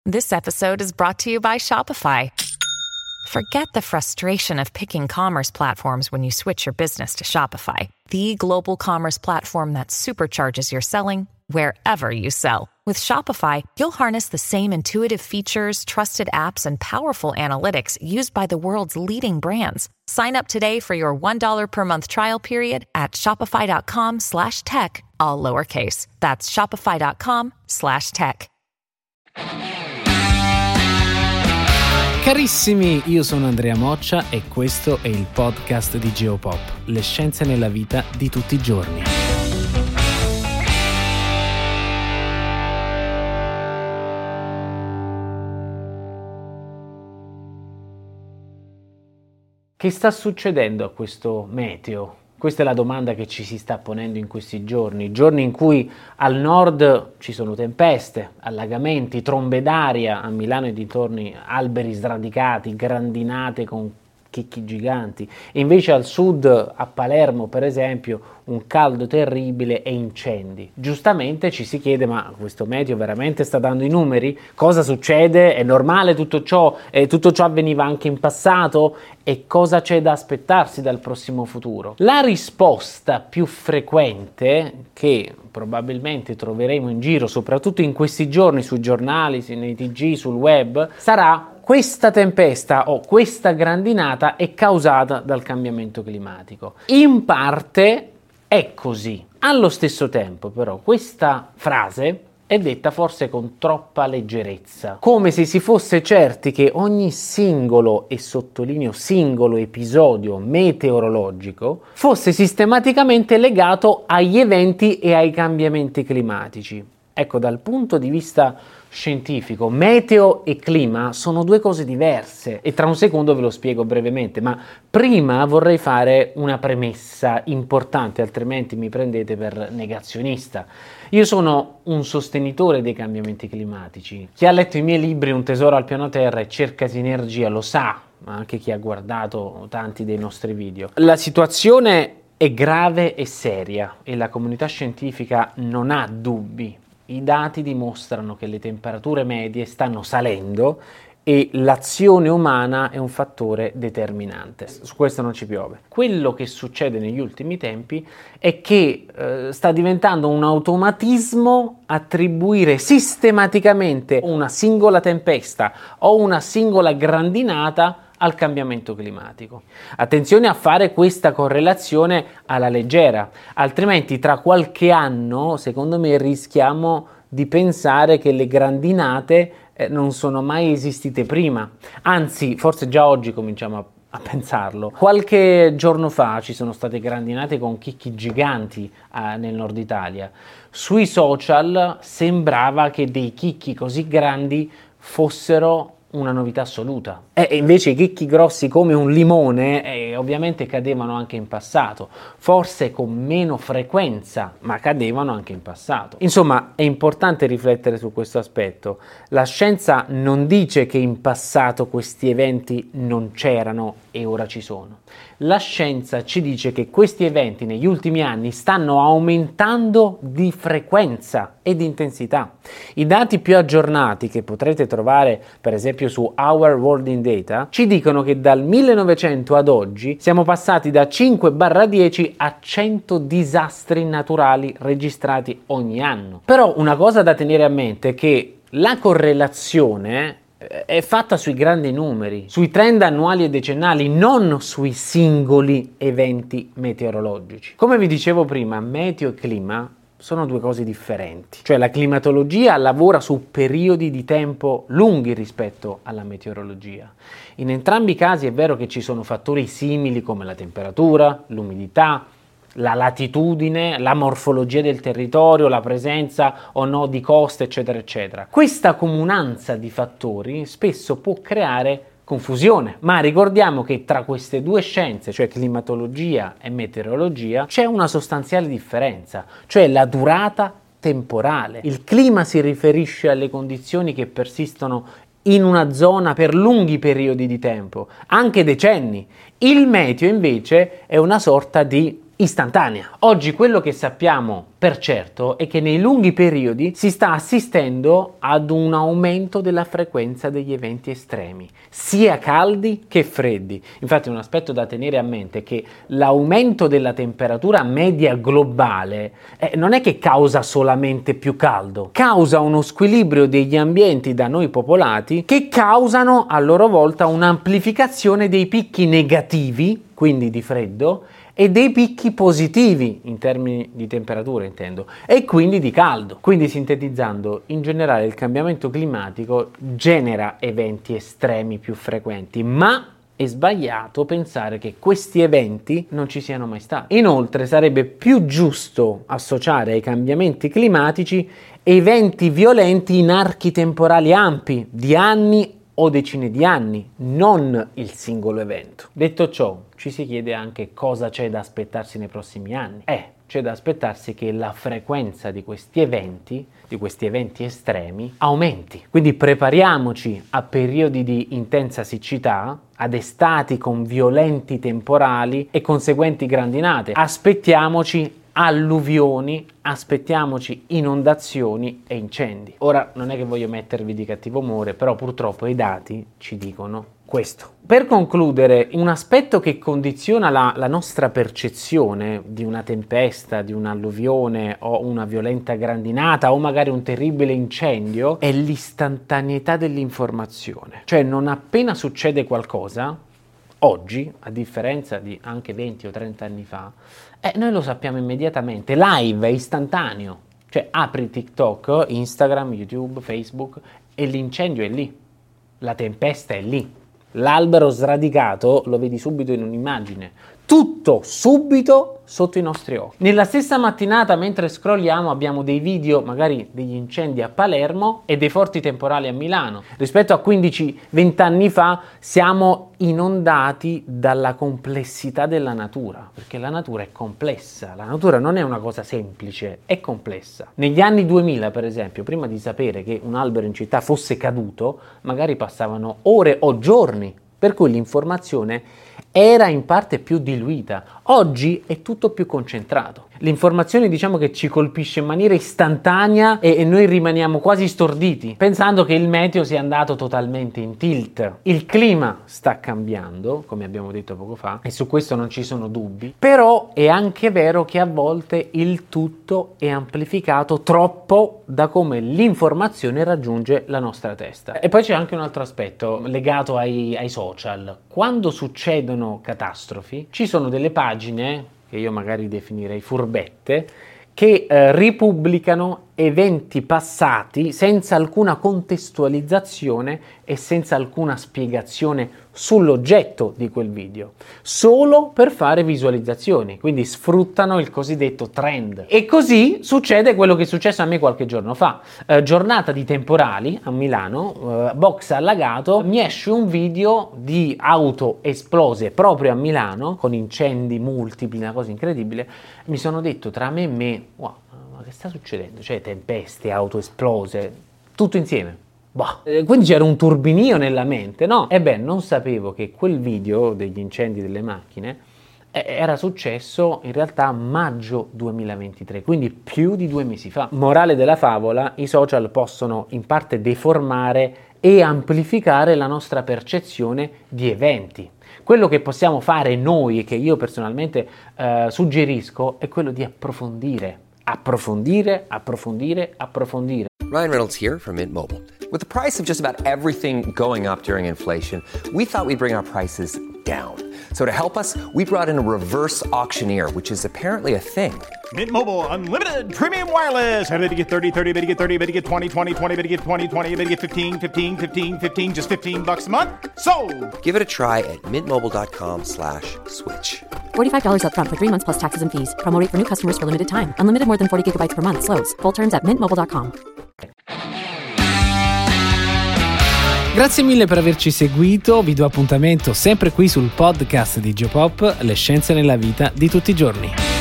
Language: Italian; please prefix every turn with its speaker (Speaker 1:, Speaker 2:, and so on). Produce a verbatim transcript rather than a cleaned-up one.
Speaker 1: This episode is brought to you by Shopify. Forget the frustration of picking commerce platforms when you switch your business to Shopify, the global commerce platform that supercharges your selling wherever you sell. With Shopify, you'll harness the same intuitive features, trusted apps, and powerful analytics used by the world's leading brands. Sign up today for your one dollar per month trial period at shopify.com slash tech, all lowercase. That's shopify.com slash tech.
Speaker 2: Carissimi, io sono Andrea Moccia e questo è il podcast di Geopop, le scienze nella vita di tutti i giorni. Che sta succedendo a questo meteo? Questa è la domanda che ci si sta ponendo in questi giorni, giorni in cui al nord ci sono tempeste, allagamenti, trombe d'aria, a Milano e dintorni alberi sradicati, grandinate con chicchi giganti, e invece al sud, a Palermo per esempio, un caldo terribile e incendi. Giustamente ci si chiede: ma questo meteo veramente sta dando i numeri? Cosa succede? È normale tutto ciò? E tutto ciò avveniva anche in passato? E cosa c'è da aspettarsi dal prossimo futuro? La risposta più frequente, che probabilmente troveremo in giro, soprattutto in questi giorni, sui giornali, nei T G, sul web, sarà: questa tempesta o questa grandinata è causata dal cambiamento climatico. In parte è così. Allo stesso tempo, però, questa frase è detta forse con troppa leggerezza, come se si fosse certi che ogni singolo, e sottolineo singolo, episodio meteorologico fosse sistematicamente legato agli eventi e ai cambiamenti climatici. Ecco, dal punto di vista scientifico, meteo e clima sono due cose diverse e tra un secondo ve lo spiego brevemente, ma prima vorrei fare una premessa importante, altrimenti mi prendete per negazionista. Io sono un sostenitore dei cambiamenti climatici. Chi ha letto i miei libri Un tesoro al piano terra e Cerca sinergia lo sa, ma anche chi ha guardato tanti dei nostri video. La situazione è grave e seria e la comunità scientifica non ha dubbi. I dati dimostrano che le temperature medie stanno salendo e l'azione umana è un fattore determinante. Su questo non ci piove. Quello che succede negli ultimi tempi è che eh, sta diventando un automatismo attribuire sistematicamente una singola tempesta o una singola grandinata al cambiamento climatico. Attenzione a fare questa correlazione alla leggera, altrimenti tra qualche anno, secondo me, rischiamo di pensare che le grandinate eh, non sono mai esistite prima. Anzi, forse già oggi cominciamo a a pensarlo. Qualche giorno fa ci sono state grandinate con chicchi giganti eh, nel nord Italia. Sui social sembrava che dei chicchi così grandi fossero una novità assoluta, e invece i chicchi grossi come un limone eh, ovviamente cadevano anche in passato, forse con meno frequenza, ma cadevano anche in passato. Insomma, è importante riflettere su questo aspetto. La scienza non dice che in passato questi eventi non c'erano e ora ci sono. La scienza ci dice che questi eventi negli ultimi anni stanno aumentando di frequenza e di intensità. I dati più aggiornati che potrete trovare per esempio su Our World in Data ci dicono che dal millenovecento ad oggi siamo passati da cinque dieci a cento disastri naturali registrati ogni anno. Però una cosa da tenere a mente è che la correlazione è fatta sui grandi numeri, sui trend annuali e decennali, non sui singoli eventi meteorologici. Come vi dicevo prima, meteo e clima sono due cose differenti. Cioè la climatologia lavora su periodi di tempo lunghi rispetto alla meteorologia. In entrambi i casi è vero che ci sono fattori simili come la temperatura, l'umidità, la latitudine, la morfologia del territorio, la presenza o no di coste, eccetera, eccetera. Questa comunanza di fattori spesso può creare confusione, ma ricordiamo che tra queste due scienze, cioè climatologia e meteorologia, c'è una sostanziale differenza, cioè la durata temporale. Il clima si riferisce alle condizioni che persistono in una zona per lunghi periodi di tempo, anche decenni. Il meteo invece è una sorta di istantanea. Oggi quello che sappiamo per certo è che nei lunghi periodi si sta assistendo ad un aumento della frequenza degli eventi estremi, sia caldi che freddi. Infatti un aspetto da tenere a mente è che l'aumento della temperatura media globale eh, non è che causa solamente più caldo, causa uno squilibrio degli ambienti da noi popolati che causano a loro volta un'amplificazione dei picchi negativi, quindi di freddo, e dei picchi positivi in termini di temperatura intendo, e quindi di caldo. Quindi sintetizzando, in generale il cambiamento climatico genera eventi estremi più frequenti, ma è sbagliato pensare che questi eventi non ci siano mai stati. Inoltre sarebbe più giusto associare ai cambiamenti climatici eventi violenti in archi temporali ampi, di anni o decine di anni, non il singolo evento. Detto ciò, ci si chiede anche cosa c'è da aspettarsi nei prossimi anni. Eh, c'è da aspettarsi che la frequenza di questi eventi, di questi eventi estremi, aumenti. Quindi prepariamoci a periodi di intensa siccità, ad estati con violenti temporali e conseguenti grandinate. Aspettiamoci alluvioni, aspettiamoci inondazioni e incendi. Ora non è che voglio mettervi di cattivo umore, però purtroppo i dati ci dicono questo. Per concludere, un aspetto che condiziona la, la nostra percezione di una tempesta, di un'alluvione o una violenta grandinata o magari un terribile incendio è l'istantaneità dell'informazione. Cioè non appena succede qualcosa, oggi, a differenza di anche venti o trenta anni fa, eh, noi lo sappiamo immediatamente, live, è istantaneo. Cioè apri TikTok, Instagram, YouTube, Facebook e l'incendio è lì, la tempesta è lì, l'albero sradicato lo vedi subito in un'immagine, tutto subito sotto i nostri occhi. Nella stessa mattinata, mentre scrolliamo, abbiamo dei video, magari degli incendi a Palermo e dei forti temporali a Milano. Rispetto a quindici venti anni fa siamo inondati dalla complessità della natura, perché la natura è complessa, la natura non è una cosa semplice, è complessa. Negli anni duemila, per esempio, prima di sapere che un albero in città fosse caduto, magari passavano ore o giorni, per cui l'informazione era in parte più diluita. Oggi è tutto più concentrato. L'informazione, diciamo, che ci colpisce in maniera istantanea e, e noi rimaniamo quasi storditi, pensando che il meteo sia andato totalmente in tilt. Il clima sta cambiando, come abbiamo detto poco fa, e su questo non ci sono dubbi, però è anche vero che a volte il tutto è amplificato troppo da come l'informazione raggiunge la nostra testa. E poi c'è anche un altro aspetto legato ai, ai social. Quando succedono catastrofi, ci sono delle pagine che io magari definirei furbette, che eh, ripubblicano eventi passati senza alcuna contestualizzazione e senza alcuna spiegazione sull'oggetto di quel video, solo per fare visualizzazioni, quindi sfruttano il cosiddetto trend. E così succede quello che è successo a me qualche giorno fa. Eh, giornata di temporali a Milano, eh, box allagato, mi esce un video di auto esplose proprio a Milano, con incendi multipli, una cosa incredibile. Mi sono detto tra me e me, wow, ma che sta succedendo? Cioè tempeste, auto esplose, tutto insieme. Bah. Quindi c'era un turbinio nella mente, no? Ebbene, non sapevo che quel video degli incendi delle macchine era successo in realtà a maggio duemilaventitré, quindi più di due mesi fa. Morale della favola, i social possono in parte deformare e amplificare la nostra percezione di eventi. Quello che possiamo fare noi, e che io personalmente eh, suggerisco, è quello di approfondire. Approfondire, approfondire, approfondire.
Speaker 3: Ryan Reynolds here from Mint Mobile. With the price of just about everything going up during inflation, we thought we'd bring our prices down. So to help us, we brought in a reverse auctioneer, which is apparently a thing.
Speaker 4: Mint Mobile Unlimited Premium Wireless. How to get thirty, thirty, how to get thirty, how to get twenty, twenty, twenty, how to get twenty, twenty, how to get fifteen, fifteen, fifteen, fifteen, just fifteen bucks a month? Sold!
Speaker 3: Give it a try at mintmobile.com slash switch.
Speaker 5: forty-five dollars up front for three months plus taxes and fees. Promo rate for new customers for limited time. Unlimited more than forty gigabytes per month. Slows full terms at mint mobile dot com.
Speaker 6: Grazie mille per averci seguito, vi do appuntamento sempre qui sul podcast di Geopop, le scienze nella vita di tutti i giorni.